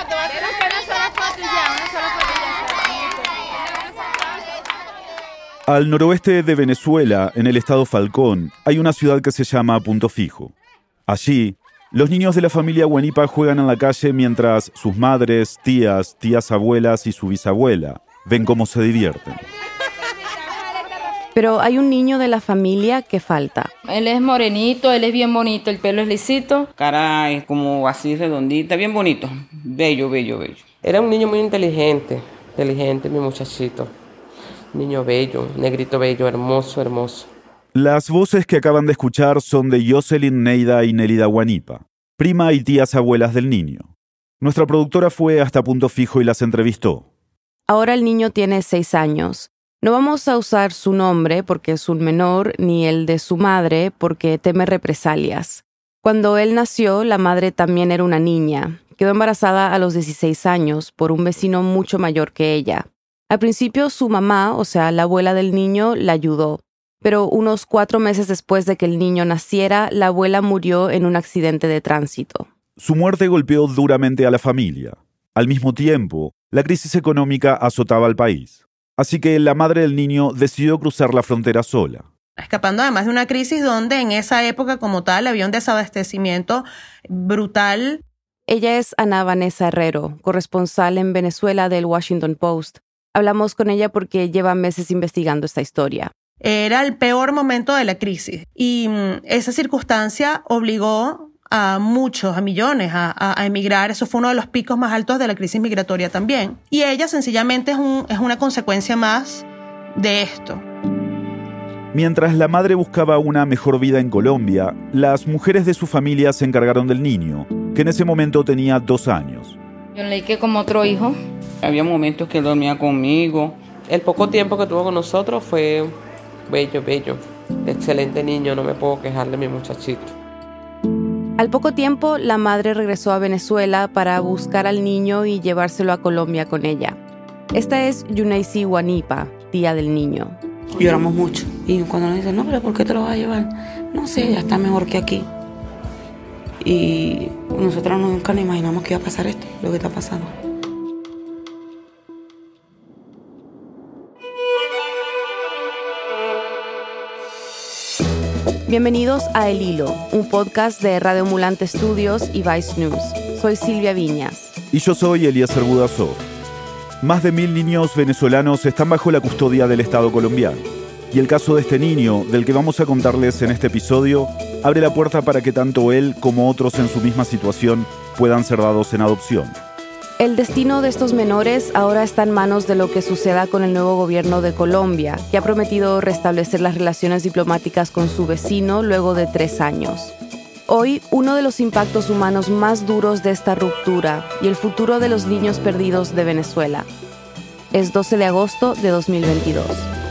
Al noroeste de Venezuela, en el estado Falcón, hay una ciudad que se llama Punto Fijo. Allí, los niños de la familia Guanipa juegan en la calle mientras sus madres, tías abuelas y su bisabuela ven cómo se divierten. Pero hay un niño de la familia que falta. Él es morenito, él es bien bonito, el pelo es lisito. Cara es como así redondita, bien bonito, bello. Era un niño muy inteligente, mi muchachito. Niño bello, negrito bello, hermoso. Las voces que acaban de escuchar son de Jocelyn, Neida y Nelida Guanipa, prima y tías abuelas del niño. Nuestra productora fue hasta Punto Fijo y las entrevistó. Ahora el niño tiene 6 años. No vamos a usar su nombre porque es un menor, ni el de su madre porque teme represalias. Cuando él nació, la madre también era una niña. Quedó embarazada a los 16 años por un vecino mucho mayor que ella. Al principio su mamá, o sea, la abuela del niño, la ayudó. Pero unos 4 meses después de que el niño naciera, la abuela murió en un accidente de tránsito. Su muerte golpeó duramente a la familia. Al mismo tiempo, la crisis económica azotaba al país. Así que la madre del niño decidió cruzar la frontera sola. Escapando además de una crisis donde en esa época como tal había un desabastecimiento brutal. Ella es Ana Vanessa Herrero, corresponsal en Venezuela del Washington Post. Hablamos con ella porque lleva meses investigando esta historia. Era el peor momento de la crisis y esa circunstancia obligó a muchos, a millones a emigrar. Eso fue uno de los picos más altos de la crisis migratoria también. Y ella sencillamente es una consecuencia más de esto. Mientras la madre buscaba una mejor vida en Colombia, las mujeres de su familia se encargaron del niño, que en ese momento tenía 2 años. Yo leí que como otro hijo. Había momentos que él dormía conmigo. El poco tiempo que tuvo con nosotros fue bello. Excelente niño, no me puedo quejar de mi muchachito. Al poco tiempo, la madre regresó a Venezuela para buscar al niño y llevárselo a Colombia con ella. Esta es Yuneisi Guanipa, tía del niño. Lloramos mucho. Y cuando nos dicen, no, pero ¿por qué te lo vas a llevar? No sé, ya está mejor que aquí. Y nosotros nunca nos imaginamos que iba a pasar esto, lo que está pasando. Bienvenidos a El Hilo, un podcast de Radio Ambulante Studios y Vice News. Soy Silvia Viñas. Y yo soy Eliezer Budasov. Más de 1.000 niños venezolanos están bajo la custodia del Estado colombiano. Y el caso de este niño, del que vamos a contarles en este episodio, abre la puerta para que tanto él como otros en su misma situación puedan ser dados en adopción. El destino de estos menores ahora está en manos de lo que suceda con el nuevo gobierno de Colombia, que ha prometido restablecer las relaciones diplomáticas con su vecino luego de 3 años. Hoy, uno de los impactos humanos más duros de esta ruptura y el futuro de los niños perdidos de Venezuela. Es 12 de agosto de 2022.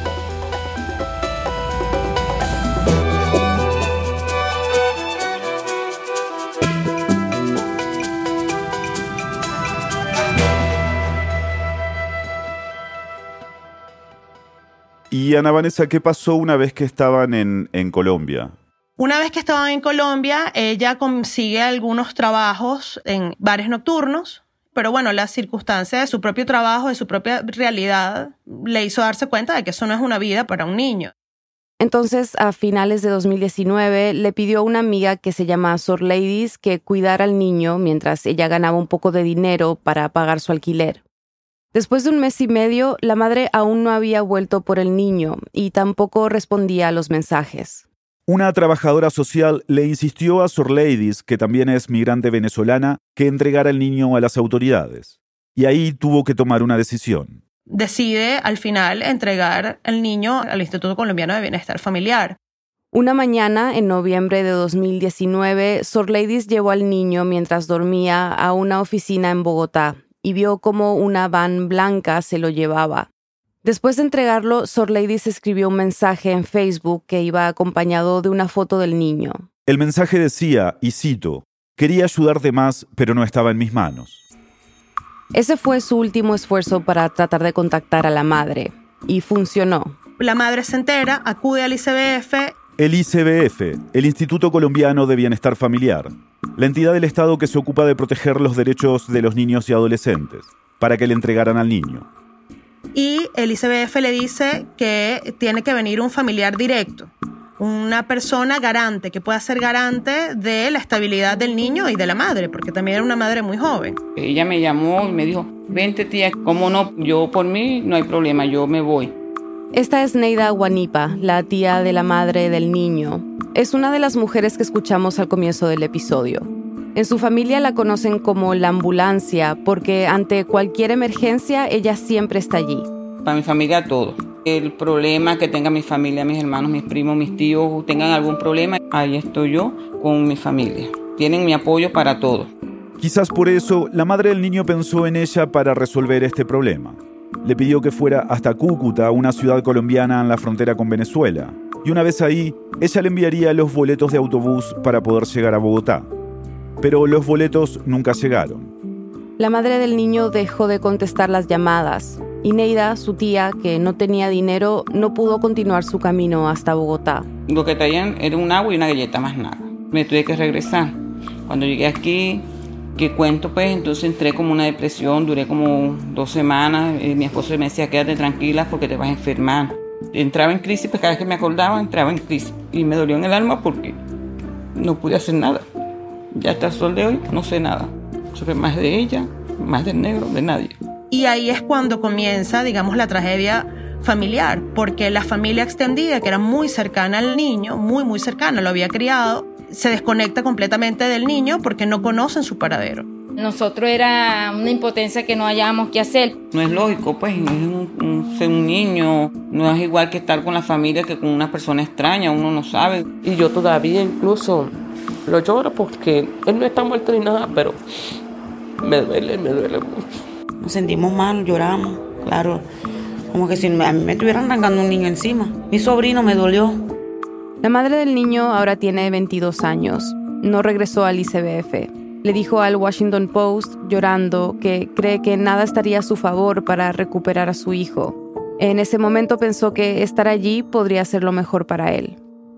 Y Ana Vanessa, ¿qué pasó una vez que estaban en Colombia? Una vez que estaban en Colombia, ella consigue algunos trabajos en bares nocturnos, pero bueno, la circunstancia de su propio trabajo, de su propia realidad, le hizo darse cuenta de que eso no es una vida para un niño. Entonces, a finales de 2019, le pidió a una amiga que se llama Sor Ladies que cuidara al niño mientras ella ganaba un poco de dinero para pagar su alquiler. Después de 1 mes y medio, la madre aún no había vuelto por el niño y tampoco respondía a los mensajes. Una trabajadora social le insistió a Sor Ladies, que también es migrante venezolana, que entregara el niño a las autoridades. Y ahí tuvo que tomar una decisión. Decide, al final, entregar el niño al Instituto Colombiano de Bienestar Familiar. Una mañana, en noviembre de 2019, Sor Ladies llevó al niño mientras dormía a una oficina en Bogotá y vio cómo una van blanca se lo llevaba. Después de entregarlo, Sor Ladies escribió un mensaje en Facebook que iba acompañado de una foto del niño. El mensaje decía, y cito, «Quería ayudarte más, pero no estaba en mis manos». Ese fue su último esfuerzo para tratar de contactar a la madre. Y funcionó. La madre se entera, acude al ICBF El ICBF, el Instituto Colombiano de Bienestar Familiar, la entidad del Estado que se ocupa de proteger los derechos de los niños y adolescentes, para que le entregaran al niño. Y el ICBF le dice que tiene que venir un familiar directo, una persona garante, que pueda ser garante de la estabilidad del niño y de la madre, porque también era una madre muy joven. Ella me llamó y me dijo, vente tía, ¿cómo no? Yo por mí no hay problema, yo me voy. Esta es Neida Guanipa, la tía de la madre del niño. Es una de las mujeres que escuchamos al comienzo del episodio. En su familia la conocen como la ambulancia porque ante cualquier emergencia ella siempre está allí. Para mi familia todo. El problema que tenga mi familia, mis hermanos, mis primos, mis tíos, tengan algún problema, ahí estoy yo con mi familia. Tienen mi apoyo para todo. Quizás por eso la madre del niño pensó en ella para resolver este problema. Le pidió que fuera hasta Cúcuta, una ciudad colombiana en la frontera con Venezuela. Y una vez ahí, ella le enviaría los boletos de autobús para poder llegar a Bogotá. Pero los boletos nunca llegaron. La madre del niño dejó de contestar las llamadas y Neida, su tía, que no tenía dinero, no pudo continuar su camino hasta Bogotá. Lo que traían era un agua y una galleta, más nada. Me tuve que regresar. Cuando llegué aquí, que cuento pues, entonces entré como una depresión, duré como 2 semanas. Mi esposo me decía, quédate tranquila porque te vas a enfermar. Entraba en crisis, pues cada vez que me acordaba entraba en crisis. Y me dolió en el alma porque no pude hacer nada. Ya hasta el sol de hoy no sé nada. Sobre más de ella, más del negro, de nadie. Y ahí es cuando comienza, digamos, la tragedia familiar, porque la familia extendida, que era muy cercana al niño, muy cercana, lo había criado, se desconecta completamente del niño porque no conocen su paradero. Nosotros era una impotencia que no hallábamos qué hacer. No es lógico, pues, ser un niño, no es igual que estar con la familia que con una persona extraña, uno no sabe. Y yo todavía incluso lo lloro porque él no está muerto ni nada, pero me duele mucho. Nos sentimos mal, lloramos, claro. Como que si a mí me estuvieran arrancando un niño encima. Mi sobrino me dolió. La madre del niño ahora tiene 22 años. No regresó al ICBF. Le dijo al Washington Post, llorando, que cree que nada estaría a su favor para recuperar a su hijo. En ese momento pensó que estar allí podría ser lo mejor para él.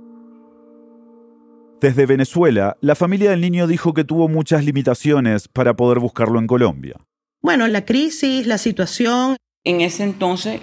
Desde Venezuela, la familia del niño dijo que tuvo muchas limitaciones para poder buscarlo en Colombia. Bueno, la crisis, la situación. En ese entonces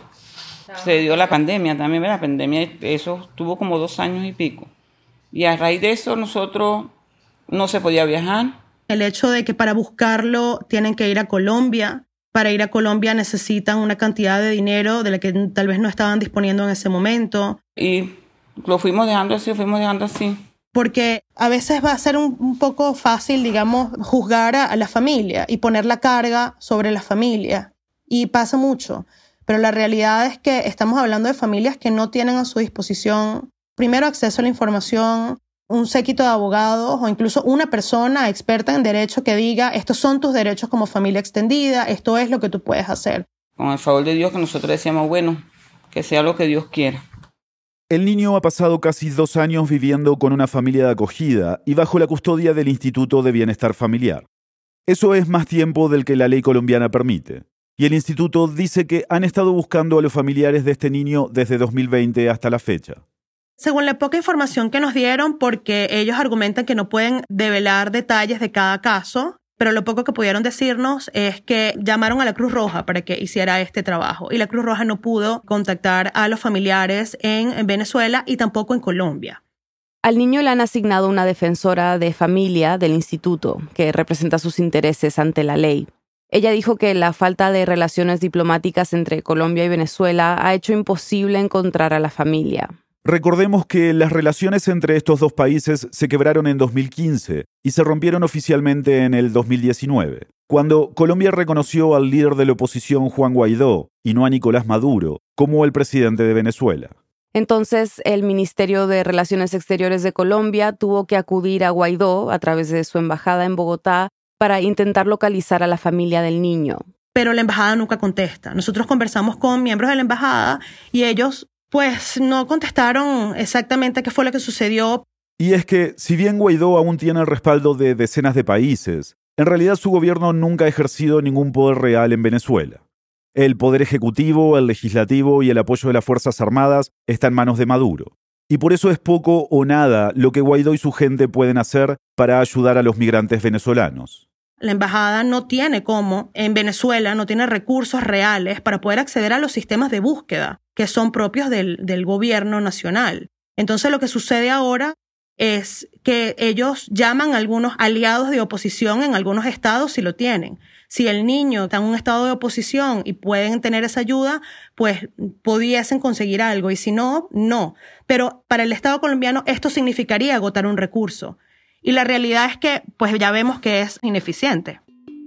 se dio la pandemia también, ¿verdad? La pandemia, eso tuvo como 2 años y pico. Y a raíz de eso nosotros no se podía viajar. El hecho de que para buscarlo tienen que ir a Colombia. Para ir a Colombia necesitan una cantidad de dinero de la que tal vez no estaban disponiendo en ese momento. Y lo fuimos dejando así. Porque a veces va a ser un poco fácil, digamos, juzgar a la familia y poner la carga sobre la familia. Y pasa mucho. Pero la realidad es que estamos hablando de familias que no tienen a su disposición, primero, acceso a la información, un séquito de abogados o incluso una persona experta en derecho que diga, estos son tus derechos como familia extendida, esto es lo que tú puedes hacer. Con el favor de Dios, que nosotros decíamos, bueno, que sea lo que Dios quiera. El niño ha pasado casi 2 años viviendo con una familia de acogida y bajo la custodia del Instituto de Bienestar Familiar. Eso es más tiempo del que la ley colombiana permite. Y el instituto dice que han estado buscando a los familiares de este niño desde 2020 hasta la fecha. Según la poca información que nos dieron, porque ellos argumentan que no pueden develar detalles de cada caso, pero lo poco que pudieron decirnos es que llamaron a la Cruz Roja para que hiciera este trabajo. Y la Cruz Roja no pudo contactar a los familiares en Venezuela y tampoco en Colombia. Al niño le han asignado una defensora de familia del instituto, que representa sus intereses ante la ley. Ella dijo que la falta de relaciones diplomáticas entre Colombia y Venezuela ha hecho imposible encontrar a la familia. Recordemos que las relaciones entre estos dos países se quebraron en 2015 y se rompieron oficialmente en el 2019, cuando Colombia reconoció al líder de la oposición Juan Guaidó, y no a Nicolás Maduro, como el presidente de Venezuela. Entonces, el Ministerio de Relaciones Exteriores de Colombia tuvo que acudir a Guaidó a través de su embajada en Bogotá para intentar localizar a la familia del niño. Pero la embajada nunca contesta. Nosotros conversamos con miembros de la embajada y ellos pues no contestaron exactamente qué fue lo que sucedió. Y es que, si bien Guaidó aún tiene el respaldo de decenas de países, en realidad su gobierno nunca ha ejercido ningún poder real en Venezuela. El poder ejecutivo, el legislativo y el apoyo de las Fuerzas Armadas está en manos de Maduro. Y por eso es poco o nada lo que Guaidó y su gente pueden hacer para ayudar a los migrantes venezolanos. La embajada no tiene en Venezuela, no tiene recursos reales para poder acceder a los sistemas de búsqueda que son propios del gobierno nacional. Entonces lo que sucede ahora es que ellos llaman a algunos aliados de oposición en algunos estados si lo tienen. Si el niño está en un estado de oposición y pueden tener esa ayuda, pues pudiesen conseguir algo. Y si no, no. Pero para el Estado colombiano esto significaría agotar un recurso. Y la realidad es que pues ya vemos que es ineficiente.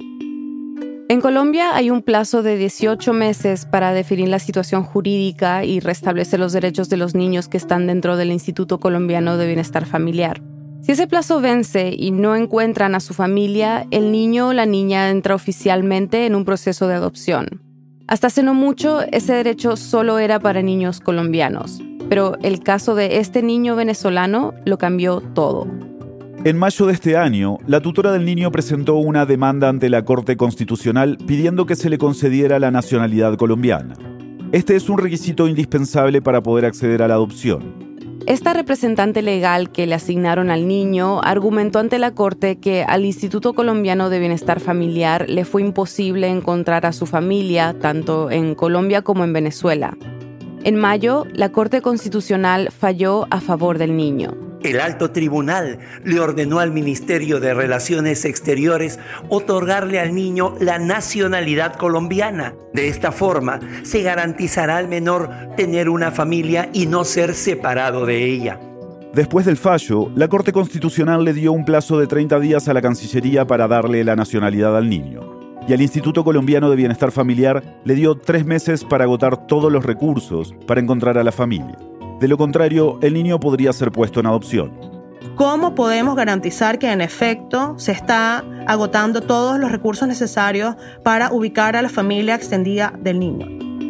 En Colombia hay un plazo de 18 meses para definir la situación jurídica y restablecer los derechos de los niños que están dentro del Instituto Colombiano de Bienestar Familiar. Si ese plazo vence y no encuentran a su familia, el niño o la niña entra oficialmente en un proceso de adopción. Hasta hace no mucho, ese derecho solo era para niños colombianos, pero el caso de este niño venezolano lo cambió todo. En mayo de este año, la tutora del niño presentó una demanda ante la Corte Constitucional pidiendo que se le concediera la nacionalidad colombiana. Este es un requisito indispensable para poder acceder a la adopción. Esta representante legal que le asignaron al niño argumentó ante la Corte que al Instituto Colombiano de Bienestar Familiar le fue imposible encontrar a su familia, tanto en Colombia como en Venezuela. En mayo, la Corte Constitucional falló a favor del niño. El alto tribunal le ordenó al Ministerio de Relaciones Exteriores otorgarle al niño la nacionalidad colombiana. De esta forma, se garantizará al menor tener una familia y no ser separado de ella. Después del fallo, la Corte Constitucional le dio un plazo de 30 días a la Cancillería para darle la nacionalidad al niño. Y al Instituto Colombiano de Bienestar Familiar le dio 3 meses para agotar todos los recursos para encontrar a la familia. De lo contrario, el niño podría ser puesto en adopción. ¿Cómo podemos garantizar que en efecto se está agotando todos los recursos necesarios para ubicar a la familia extendida del niño?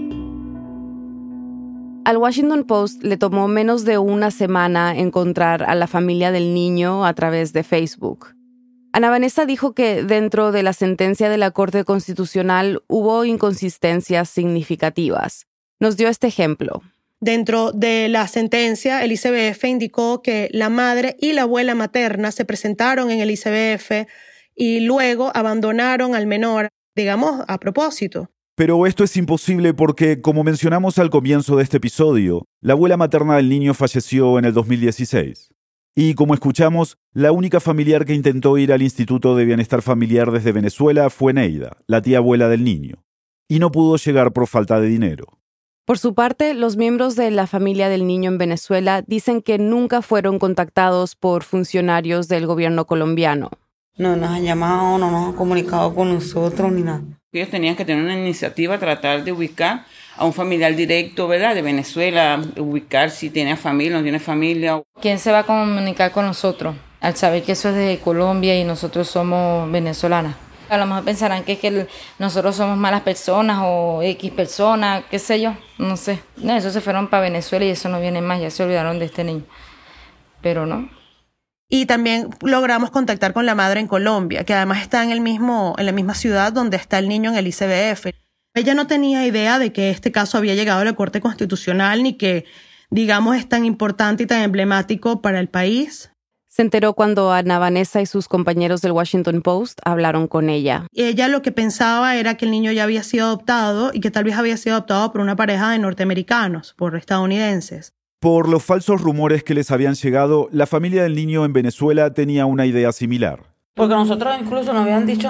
Al Washington Post le tomó menos de una semana encontrar a la familia del niño a través de Facebook. Ana Vanessa dijo que dentro de la sentencia de la Corte Constitucional hubo inconsistencias significativas. Nos dio este ejemplo. Dentro de la sentencia, el ICBF indicó que la madre y la abuela materna se presentaron en el ICBF y luego abandonaron al menor, digamos, a propósito. Pero esto es imposible porque, como mencionamos al comienzo de este episodio, la abuela materna del niño falleció en el 2016. Y como escuchamos, la única familiar que intentó ir al Instituto de Bienestar Familiar desde Venezuela fue Neida, la tía abuela del niño. Y no pudo llegar por falta de dinero. Por su parte, los miembros de la familia del niño en Venezuela dicen que nunca fueron contactados por funcionarios del gobierno colombiano. No nos han llamado, no nos han comunicado con nosotros ni nada. Ellos tenían que tener una iniciativa, tratar de ubicar a un familiar directo, ¿verdad?, de Venezuela, ubicar si tiene familia o no tiene familia. ¿Quién se va a comunicar con nosotros al saber que eso es de Colombia y nosotros somos venezolanas? A lo mejor pensarán que nosotros somos malas personas o X personas, qué sé yo, no sé. No, esos se fueron para Venezuela y eso no viene más, ya se olvidaron de este niño. Pero no. Y también logramos contactar con la madre en Colombia, que además está en la misma ciudad donde está el niño en el ICBF. Ella no tenía idea de que este caso había llegado a la Corte Constitucional ni que, digamos, es tan importante y tan emblemático para el país. Se enteró cuando Ana Vanessa y sus compañeros del Washington Post hablaron con ella. Ella lo que pensaba era que el niño ya había sido adoptado y que tal vez había sido adoptado por una pareja de norteamericanos, por estadounidenses. Por los falsos rumores que les habían llegado, la familia del niño en Venezuela tenía una idea similar. Porque nosotros incluso nos habían dicho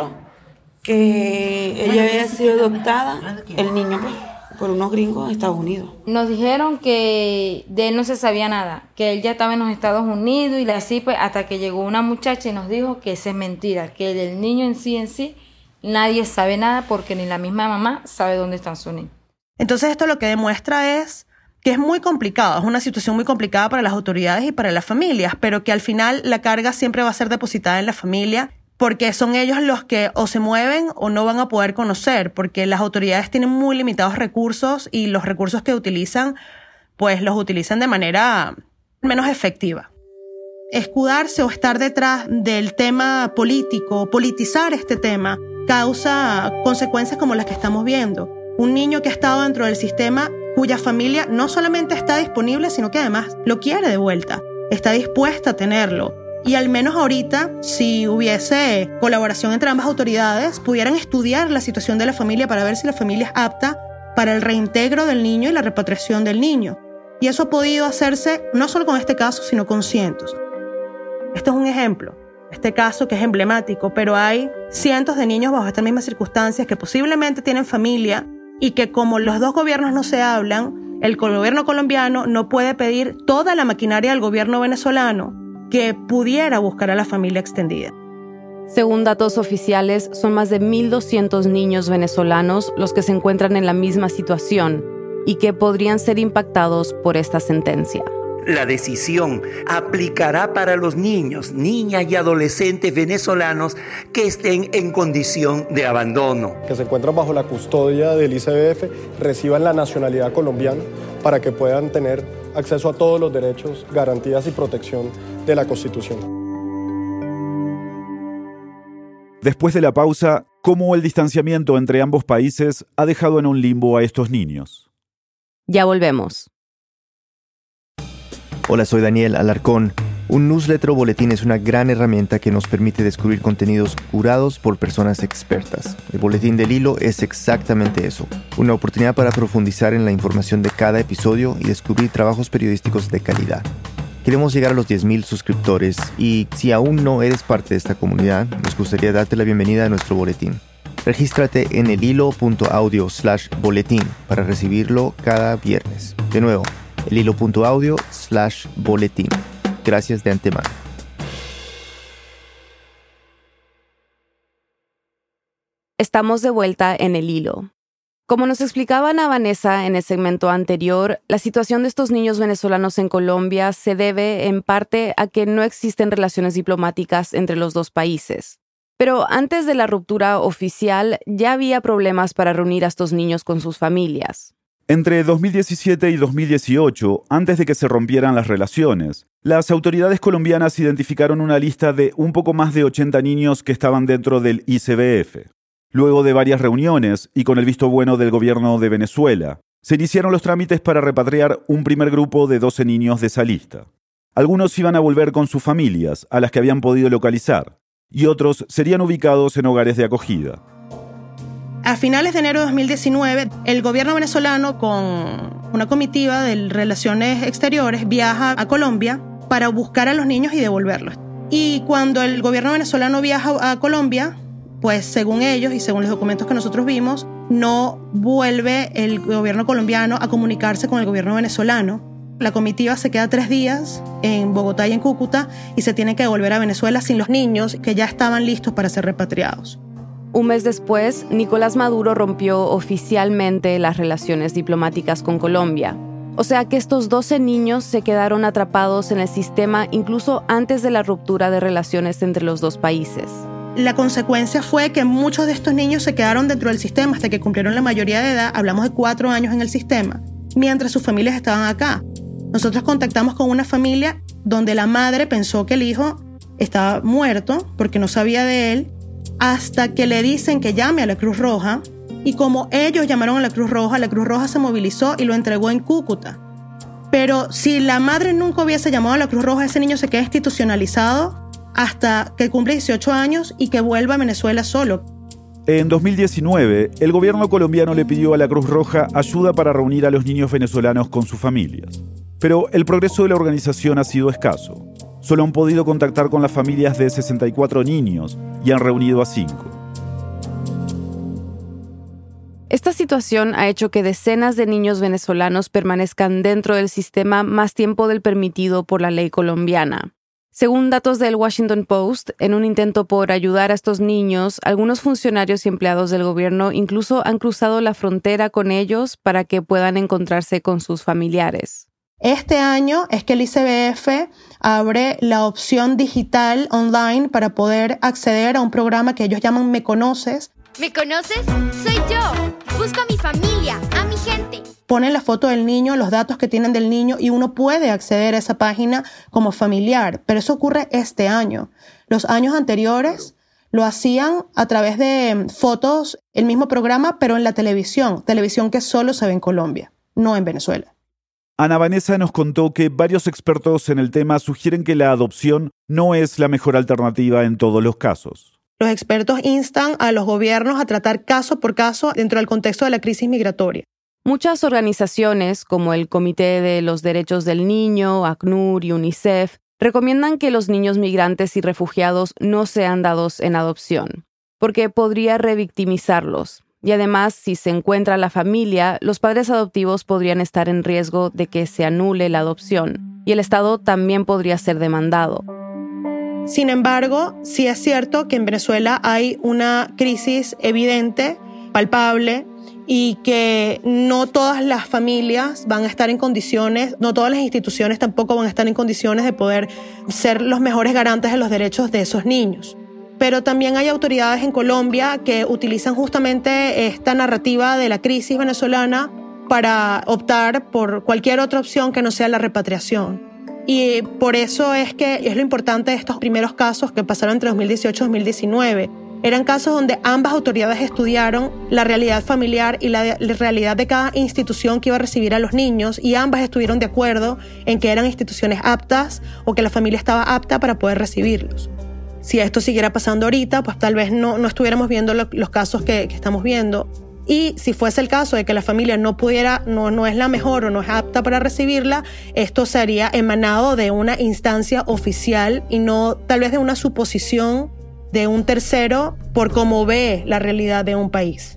que ella había sido adoptada, el niño por unos gringos de Estados Unidos. Nos dijeron que de él no se sabía nada, que él ya estaba en los Estados Unidos y así pues hasta que llegó una muchacha y nos dijo que eso es mentira, que del niño en sí nadie sabe nada porque ni la misma mamá sabe dónde están sus niños. Entonces esto lo que demuestra es que es muy complicado, es una situación muy complicada para las autoridades y para las familias, pero que al final la carga siempre va a ser depositada en la familia porque son ellos los que o se mueven o no van a poder conocer, porque las autoridades tienen muy limitados recursos y los recursos que utilizan, pues los utilizan de manera menos efectiva. Escudarse o estar detrás del tema político, politizar este tema, causa consecuencias como las que estamos viendo. Un niño que ha estado dentro del sistema cuya familia no solamente está disponible, sino que además lo quiere de vuelta, está dispuesta a tenerlo. Y al menos ahorita, si hubiese colaboración entre ambas autoridades, pudieran estudiar la situación de la familia para ver si la familia es apta para el reintegro del niño y la repatriación del niño. Y eso ha podido hacerse no solo con este caso, sino con cientos. Este es un ejemplo, este caso que es emblemático, pero hay cientos de niños bajo estas mismas circunstancias que posiblemente tienen familia y que, como los dos gobiernos no se hablan, el gobierno colombiano no puede pedir toda la maquinaria del gobierno venezolano que pudiera buscar a la familia extendida. Según datos oficiales, son más de 1.200 niños venezolanos los que se encuentran en la misma situación y que podrían ser impactados por esta sentencia. La decisión aplicará para los niños, niñas y adolescentes venezolanos que estén en condición de abandono. Que se encuentran bajo la custodia del ICBF reciban la nacionalidad colombiana para que puedan tener acceso a todos los derechos, garantías y protección de la Constitución. Después de la pausa, ¿cómo el distanciamiento entre ambos países ha dejado en un limbo a estos niños? Ya volvemos. Hola, soy Daniel Alarcón. Un newsletter o boletín es una gran herramienta que nos permite descubrir contenidos curados por personas expertas. El Boletín del Hilo es exactamente eso. Una oportunidad para profundizar en la información de cada episodio y descubrir trabajos periodísticos de calidad. Queremos llegar a los 10,000 suscriptores y si aún no eres parte de esta comunidad, nos gustaría darte la bienvenida a nuestro boletín. Regístrate en elhilo.audio/boletín para recibirlo cada viernes. De nuevo, elhilo.audio/boletín. Gracias de antemano. Estamos de vuelta en El Hilo. Como nos explicaba Ana Vanessa en el segmento anterior, la situación de estos niños venezolanos en Colombia se debe en parte a que no existen relaciones diplomáticas entre los dos países. Pero antes de la ruptura oficial ya había problemas para reunir a estos niños con sus familias. Entre 2017 y 2018, antes de que se rompieran las relaciones, las autoridades colombianas identificaron una lista de un poco más de 80 niños que estaban dentro del ICBF. Luego de varias reuniones y con el visto bueno del gobierno de Venezuela, se iniciaron los trámites para repatriar un primer grupo de 12 niños de esa lista. Algunos iban a volver con sus familias, a las que habían podido localizar, y otros serían ubicados en hogares de acogida. A finales de enero de 2019, el gobierno venezolano, con una comitiva de Relaciones Exteriores, viaja a Colombia para buscar a los niños y devolverlos. Y cuando el gobierno venezolano viaja a Colombia, pues según ellos y según los documentos que nosotros vimos, no vuelve el gobierno colombiano a comunicarse con el gobierno venezolano. La comitiva se queda 3 días en Bogotá y en Cúcuta y se tiene que devolver a Venezuela sin los niños que ya estaban listos para ser repatriados. Un mes después, Nicolás Maduro rompió oficialmente las relaciones diplomáticas con Colombia. O sea que estos 12 niños se quedaron atrapados en el sistema incluso antes de la ruptura de relaciones entre los dos países. La consecuencia fue que muchos de estos niños se quedaron dentro del sistema hasta que cumplieron la mayoría de edad, hablamos de 4 años en el sistema, mientras sus familias estaban acá. Nosotros contactamos con una familia donde la madre pensó que el hijo estaba muerto porque no sabía de él, hasta que le dicen que llame a la Cruz Roja, y como ellos llamaron a la Cruz Roja se movilizó y lo entregó en Cúcuta. Pero si la madre nunca hubiese llamado a la Cruz Roja, ese niño se queda institucionalizado hasta que cumple 18 años y que vuelva a Venezuela solo. En 2019, el gobierno colombiano le pidió a la Cruz Roja ayuda para reunir a los niños venezolanos con sus familias. Pero el progreso de la organización ha sido escaso. Solo han podido contactar con las familias de 64 niños y han reunido a 5. Esta situación ha hecho que decenas de niños venezolanos permanezcan dentro del sistema más tiempo del permitido por la ley colombiana. Según datos del Washington Post, en un intento por ayudar a estos niños, algunos funcionarios y empleados del gobierno incluso han cruzado la frontera con ellos para que puedan encontrarse con sus familiares. Este año es que el ICBF abre la opción digital online para poder acceder a un programa que ellos llaman Me Conoces. ¿Me conoces? Soy yo. Busco a mi familia, a mi gente. Ponen la foto del niño, los datos que tienen del niño y uno puede acceder a esa página como familiar. Pero eso ocurre este año. Los años anteriores lo hacían a través de fotos, el mismo programa, pero en la televisión que solo se ve en Colombia. no en Venezuela. Ana Vanessa nos contó que varios expertos en el tema sugieren que la adopción no es la mejor alternativa en todos los casos. Los expertos instan a los gobiernos a tratar caso por caso dentro del contexto de la crisis migratoria. Muchas organizaciones, como el Comité de los Derechos del Niño, ACNUR y UNICEF, recomiendan que los niños migrantes y refugiados no sean dados en adopción, porque podría revictimizarlos. Y además, si se encuentra la familia, los padres adoptivos podrían estar en riesgo de que se anule la adopción, y el Estado también podría ser demandado. Sin embargo, sí es cierto que en Venezuela hay una crisis evidente, palpable, y que no todas las familias van a estar en condiciones, no todas las instituciones tampoco van a estar en condiciones de poder ser los mejores garantes de los derechos de esos niños. Pero también hay autoridades en Colombia que utilizan justamente esta narrativa de la crisis venezolana para optar por cualquier otra opción que no sea la repatriación. Y por eso es que es lo importante de estos primeros casos que pasaron entre 2018 y 2019. Eran casos donde ambas autoridades estudiaron la realidad familiar y la realidad de cada institución que iba a recibir a los niños, y ambas estuvieron de acuerdo en que eran instituciones aptas o que la familia estaba apta para poder recibirlos. Si esto siguiera pasando ahorita, pues tal vez no estuviéramos viendo los casos que estamos viendo. Y si fuese el caso de que la familia no pudiera, no es la mejor o no es apta para recibirla, esto sería emanado de una instancia oficial y no tal vez de una suposición de un tercero por cómo ve la realidad de un país.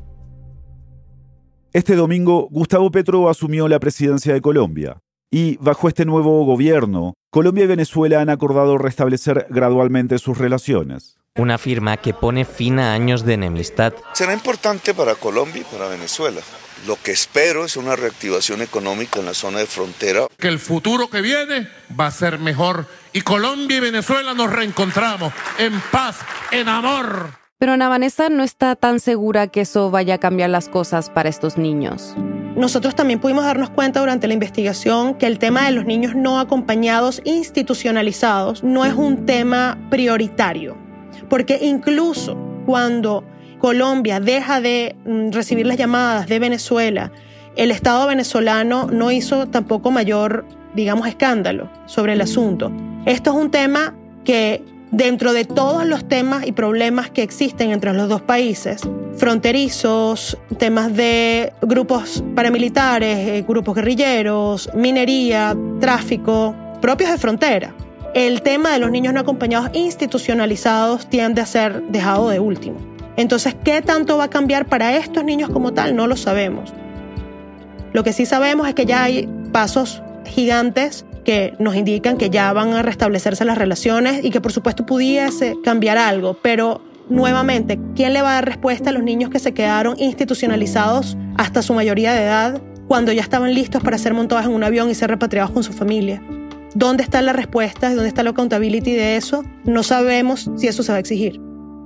Este domingo, Gustavo Petro asumió la presidencia de Colombia. Y bajo este nuevo gobierno, Colombia y Venezuela han acordado restablecer gradualmente sus relaciones. Una firma que pone fin a años de enemistad. Será importante para Colombia y para Venezuela. Lo que espero es una reactivación económica en la zona de frontera. Que el futuro que viene va a ser mejor y Colombia y Venezuela nos reencontramos en paz, en amor. Pero Ana Vanessa no está tan segura que eso vaya a cambiar las cosas para estos niños. Nosotros también pudimos darnos cuenta durante la investigación que el tema de los niños no acompañados institucionalizados no es un tema prioritario. Porque incluso cuando Colombia deja de recibir las llamadas de Venezuela, el Estado venezolano no hizo tampoco mayor, escándalo sobre el asunto. Esto es un tema que, dentro de todos los temas y problemas que existen entre los dos países, fronterizos, temas de grupos paramilitares, grupos guerrilleros, minería, tráfico, propios de frontera, el tema de los niños no acompañados institucionalizados tiende a ser dejado de último. Entonces, ¿qué tanto va a cambiar para estos niños como tal? No lo sabemos. Lo que sí sabemos es que ya hay pasos gigantes que nos indican que ya van a restablecerse las relaciones y que por supuesto pudiese cambiar algo, pero nuevamente, ¿quién le va a dar respuesta a los niños que se quedaron institucionalizados hasta su mayoría de edad cuando ya estaban listos para ser montados en un avión y ser repatriados con su familia? ¿Dónde está la respuesta? ¿Dónde está la accountability de eso? No sabemos si eso se va a exigir.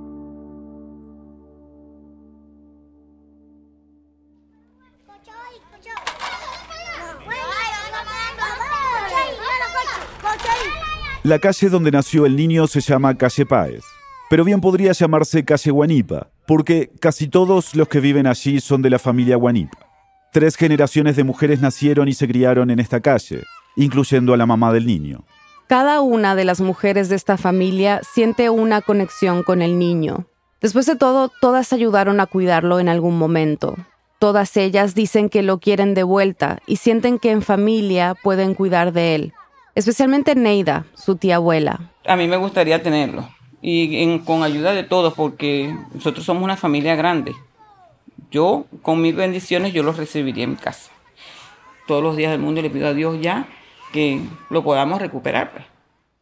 La calle donde nació el niño se llama Calle Páez, pero bien podría llamarse Calle Guanipa, porque casi todos los que viven allí son de la familia Guanipa. 3 generaciones de mujeres nacieron y se criaron en esta calle, incluyendo a la mamá del niño. Cada una de las mujeres de esta familia siente una conexión con el niño. Después de todo, todas ayudaron a cuidarlo en algún momento. Todas ellas dicen que lo quieren de vuelta y sienten que en familia pueden cuidar de él. Especialmente Neida, su tía abuela. A mí me gustaría tenerlo y con ayuda de todos porque nosotros somos una familia grande. Yo, con mis bendiciones, yo los recibiría en mi casa. Todos los días del mundo le pido a Dios ya que lo podamos recuperar. Pues.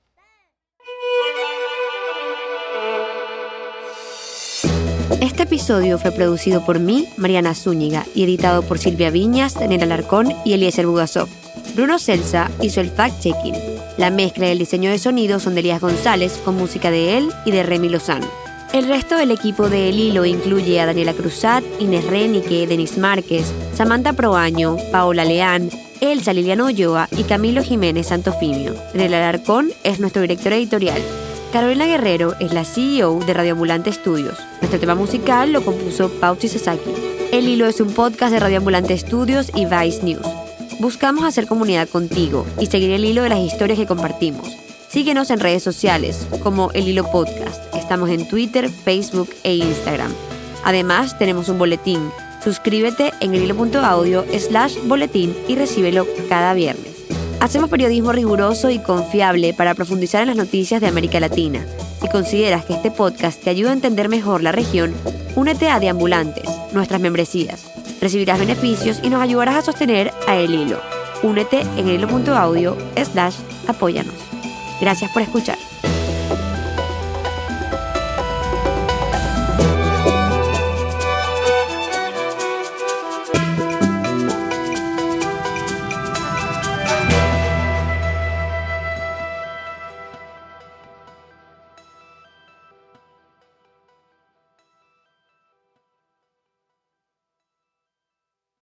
Este episodio fue producido por mí, Mariana Zúñiga, y editado por Silvia Viñas, Daniel Alarcón y Eliezer Bugasov. Bruno Celsa hizo el fact-checking. La mezcla y el diseño de sonido son de Elías González, con música de él y de Remy Lozano. El resto del equipo de El Hilo incluye a Daniela Cruzat, Inés Renique, Denis Márquez, Samantha Proaño, Paola Leán, Elsa Liliana Ulloa y Camilo Jiménez Santofimio. Daniel Alarcón es nuestro director editorial. Carolina Guerrero es la CEO de Radio Ambulante Estudios. Nuestro tema musical lo compuso Pauchi Sasaki. El Hilo es un podcast de Radio Ambulante Estudios y Vice News. buscamos hacer comunidad contigo y seguir el hilo de las historias que compartimos. Síguenos en redes sociales como El Hilo Podcast. Estamos en Twitter, Facebook e Instagram. Además, tenemos un boletín. Suscríbete en elhilo.audio/boletín y recíbelo cada viernes. Hacemos periodismo riguroso y confiable para profundizar en las noticias de América Latina. Si consideras que este podcast te ayuda a entender mejor la región, únete a Deambulantes, nuestras membresías. Recibirás beneficios y nos ayudarás a sostener a El Hilo. Únete en elhilo.audio/apóyanos. Gracias por escuchar.